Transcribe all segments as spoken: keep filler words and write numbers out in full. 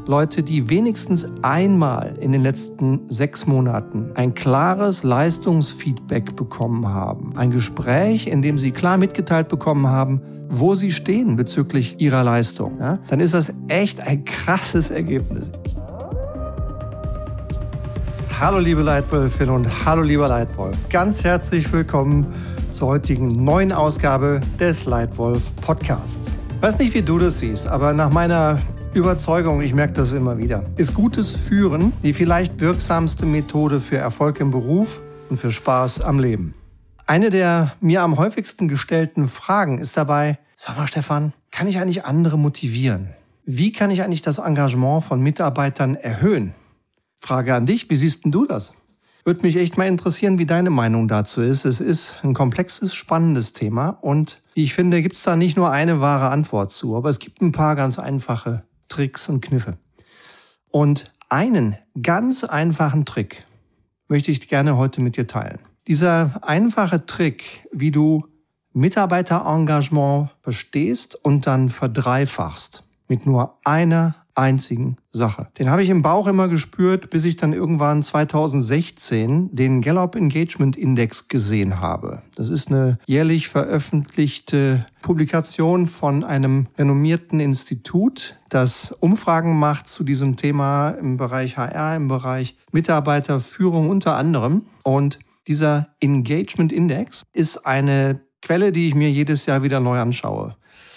Leute, die wenigstens einmal in den letzten sechs Monaten ein klares Leistungsfeedback bekommen haben. Ein Gespräch, in dem sie klar mitgeteilt bekommen haben, wo sie stehen bezüglich ihrer Leistung. Ja? Dann ist das echt ein krasses Ergebnis. Hallo liebe Leitwölfin und hallo lieber Leitwolf. Ganz herzlich willkommen zur heutigen neuen Ausgabe des Leitwolf Podcasts. Ich weiß nicht, wie du das siehst, aber nach meiner Überzeugung, ich merke das immer wieder, ist gutes Führen die vielleicht wirksamste Methode für Erfolg im Beruf und für Spaß am Leben. Eine der mir am häufigsten gestellten Fragen ist dabei, sag mal Stefan, kann ich eigentlich andere motivieren? Wie kann ich eigentlich das Engagement von Mitarbeitern erhöhen? Frage an dich, wie siehst denn du das? Würde mich echt mal interessieren, wie deine Meinung dazu ist. Es ist ein komplexes, spannendes Thema und wie ich finde, gibt es da nicht nur eine wahre Antwort zu, aber es gibt ein paar ganz einfache Tricks und Kniffe. Und einen ganz einfachen Trick möchte ich gerne heute mit dir teilen. Dieser einfache Trick, wie du Mitarbeiterengagement verstehst und dann verdreifachst mit nur einer einzigen Sache. Den habe ich im Bauch immer gespürt, bis ich dann irgendwann zweitausendsechzehn den Gallup Engagement Index gesehen habe. Das ist eine jährlich veröffentlichte Publikation von einem renommierten Institut, das Umfragen macht zu diesem Thema im Bereich H R, im Bereich Mitarbeiterführung unter anderem. Und dieser Engagement Index ist eine Quelle, die ich mir jedes Jahr wieder neu anschaue.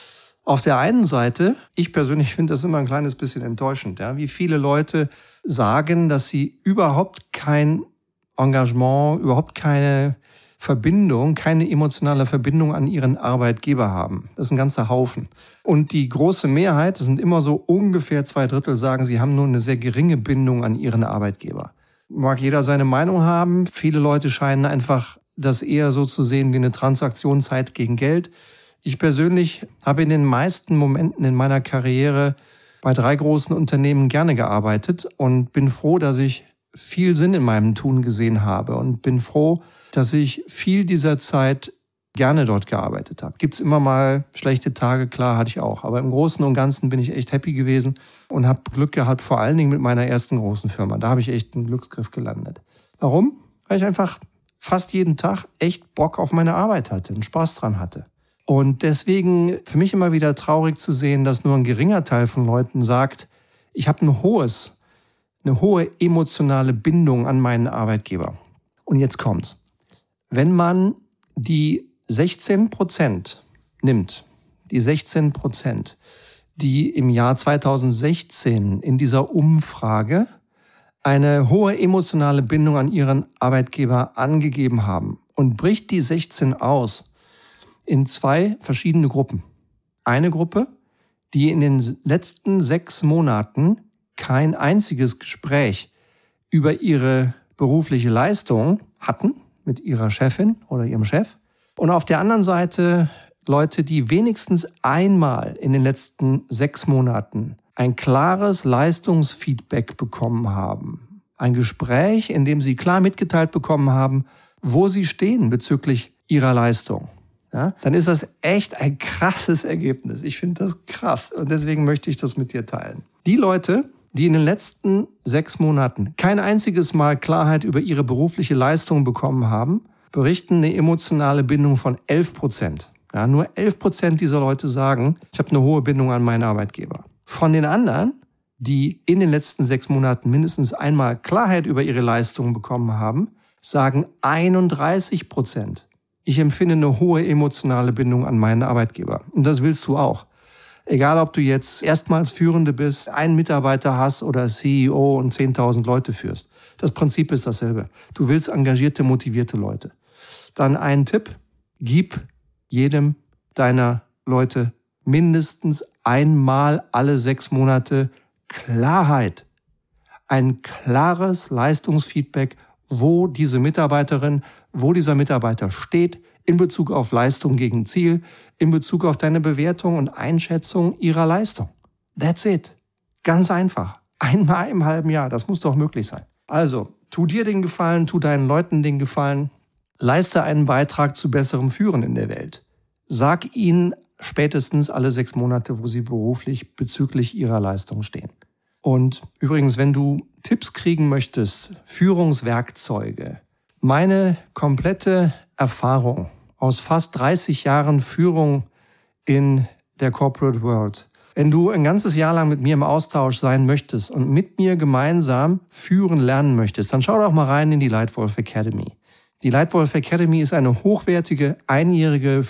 Auf der einen Seite, ich persönlich finde das immer ein kleines bisschen enttäuschend, ja, wie viele Leute sagen, dass sie überhaupt kein Engagement, überhaupt keine Verbindung, keine emotionale Verbindung an ihren Arbeitgeber haben. Das ist ein ganzer Haufen. Und die große Mehrheit, das sind immer so ungefähr zwei Drittel, sagen, sie haben nur eine sehr geringe Bindung an ihren Arbeitgeber. Mag jeder seine Meinung haben. Viele Leute scheinen einfach das eher so zu sehen wie eine Transaktion Zeit gegen Geld. Ich persönlich habe in den meisten Momenten in meiner Karriere bei drei großen Unternehmen gerne gearbeitet und bin froh, dass ich viel Sinn in meinem Tun gesehen habe und bin froh, dass ich viel dieser Zeit gerne dort gearbeitet habe. Gibt's immer mal schlechte Tage, klar, hatte ich auch. Aber im Großen und Ganzen bin ich echt happy gewesen und habe Glück gehabt, vor allen Dingen mit meiner ersten großen Firma. Da habe ich echt einen Glücksgriff gelandet. Warum? Weil ich einfach fast jeden Tag echt Bock auf meine Arbeit hatte und Spaß dran hatte. Und deswegen für mich immer wieder traurig zu sehen, dass nur ein geringer Teil von Leuten sagt, ich habe ein hohes, eine hohe emotionale Bindung an meinen Arbeitgeber. Und jetzt kommt's. Wenn man die sechzehn Prozent nimmt, die sechzehn Prozent, die im Jahr zweitausendsechzehn in dieser Umfrage eine hohe emotionale Bindung an ihren Arbeitgeber angegeben haben und bricht die sechzehn aus, in zwei verschiedene Gruppen. Eine Gruppe, die in den letzten sechs Monaten kein einziges Gespräch über ihre berufliche Leistung hatten mit ihrer Chefin oder ihrem Chef. Und auf der anderen Seite Leute, die wenigstens einmal in den letzten sechs Monaten ein klares Leistungsfeedback bekommen haben. Ein Gespräch, in dem sie klar mitgeteilt bekommen haben, wo sie stehen bezüglich ihrer Leistung. Ja, dann ist das echt ein krasses Ergebnis. Ich finde das krass und deswegen möchte ich das mit dir teilen. Die Leute, die in den letzten sechs Monaten kein einziges Mal Klarheit über ihre berufliche Leistung bekommen haben, berichten eine emotionale Bindung von elf Prozent. Ja, nur elf Prozent dieser Leute sagen, ich habe eine hohe Bindung an meinen Arbeitgeber. Von den anderen, die in den letzten sechs Monaten mindestens einmal Klarheit über ihre Leistung bekommen haben, sagen einunddreißig Prozent. Ich empfinde eine hohe emotionale Bindung an meinen Arbeitgeber. Und das willst du auch. Egal, ob du jetzt erstmals Führende bist, einen Mitarbeiter hast oder C E O und zehntausend Leute führst. Das Prinzip ist dasselbe. Du willst engagierte, motivierte Leute. Dann ein Tipp. Gib jedem deiner Leute mindestens einmal alle sechs Monate Klarheit. Ein klares Leistungsfeedback, wo diese Mitarbeiterin, wo dieser Mitarbeiter steht in Bezug auf Leistung gegen Ziel, in Bezug auf deine Bewertung und Einschätzung ihrer Leistung. That's it. Ganz einfach. Einmal im halben Jahr, das muss doch möglich sein. Also, tu dir den Gefallen, tu deinen Leuten den Gefallen, leiste einen Beitrag zu besserem Führen in der Welt. Sag ihnen spätestens alle sechs Monate, wo sie beruflich bezüglich ihrer Leistung stehen. Und übrigens, wenn du Tipps kriegen möchtest, Führungswerkzeuge, meine komplette Erfahrung aus fast dreißig Jahren Führung in der Corporate World. Wenn du ein ganzes Jahr lang mit mir im Austausch sein möchtest und mit mir gemeinsam führen lernen möchtest, dann schau doch mal rein in die Lightwolf Academy. Die Lightwolf Academy ist eine hochwertige, einjährige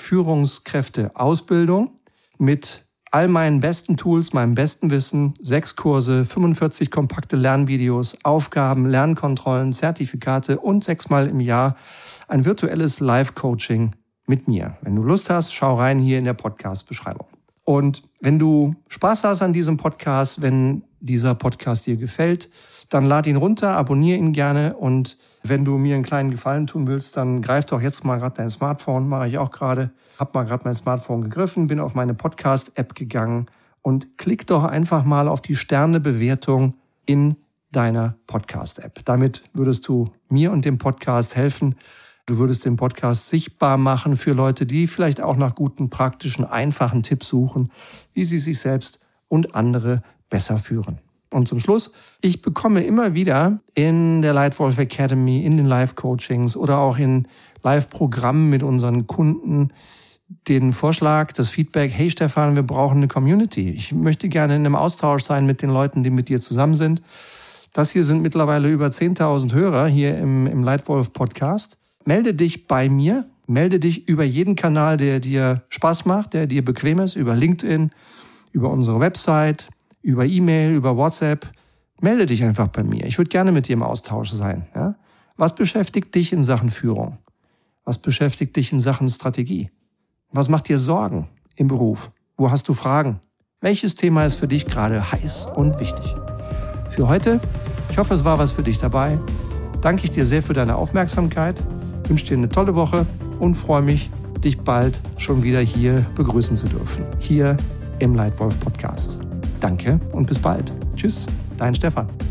Führungskräfte-Ausbildung mit all meinen besten Tools, meinem besten Wissen, sechs Kurse, fünfundvierzig kompakte Lernvideos, Aufgaben, Lernkontrollen, Zertifikate und sechsmal im Jahr ein virtuelles Live-Coaching mit mir. Wenn du Lust hast, schau rein hier in der Podcast-Beschreibung. Und wenn du Spaß hast an diesem Podcast, wenn dieser Podcast dir gefällt, dann lad ihn runter, abonniere ihn gerne und wenn du mir einen kleinen Gefallen tun willst, dann greif doch jetzt mal gerade dein Smartphone, mache ich auch gerade, hab mal gerade mein Smartphone gegriffen, bin auf meine Podcast-App gegangen und klick doch einfach mal auf die Sternebewertung in deiner Podcast-App. Damit würdest du mir und dem Podcast helfen. Du würdest den Podcast sichtbar machen für Leute, die vielleicht auch nach guten, praktischen, einfachen Tipps suchen, wie sie sich selbst und andere besser führen. Und zum Schluss, ich bekomme immer wieder in der Lightwolf Academy, in den Live-Coachings oder auch in Live-Programmen mit unseren Kunden den Vorschlag, das Feedback, hey Stefan, wir brauchen eine Community. Ich möchte gerne in einem Austausch sein mit den Leuten, die mit dir zusammen sind. Das hier sind mittlerweile über zehntausend Hörer hier im, im Lightwolf Podcast. Melde dich bei mir, melde dich über jeden Kanal, der dir Spaß macht, der dir bequem ist, über LinkedIn, über unsere Website, über E-Mail, über WhatsApp. Melde dich einfach bei mir. Ich würde gerne mit dir im Austausch sein. Ja? Was beschäftigt dich in Sachen Führung? Was beschäftigt dich in Sachen Strategie? Was macht dir Sorgen im Beruf? Wo hast du Fragen? Welches Thema ist für dich gerade heiß und wichtig? Für heute, ich hoffe, es war was für dich dabei. Danke ich dir sehr für deine Aufmerksamkeit. Wünsche dir eine tolle Woche und freue mich, dich bald schon wieder hier begrüßen zu dürfen. Hier im Lightwolf Podcast. Danke und bis bald. Tschüss, dein Stefan.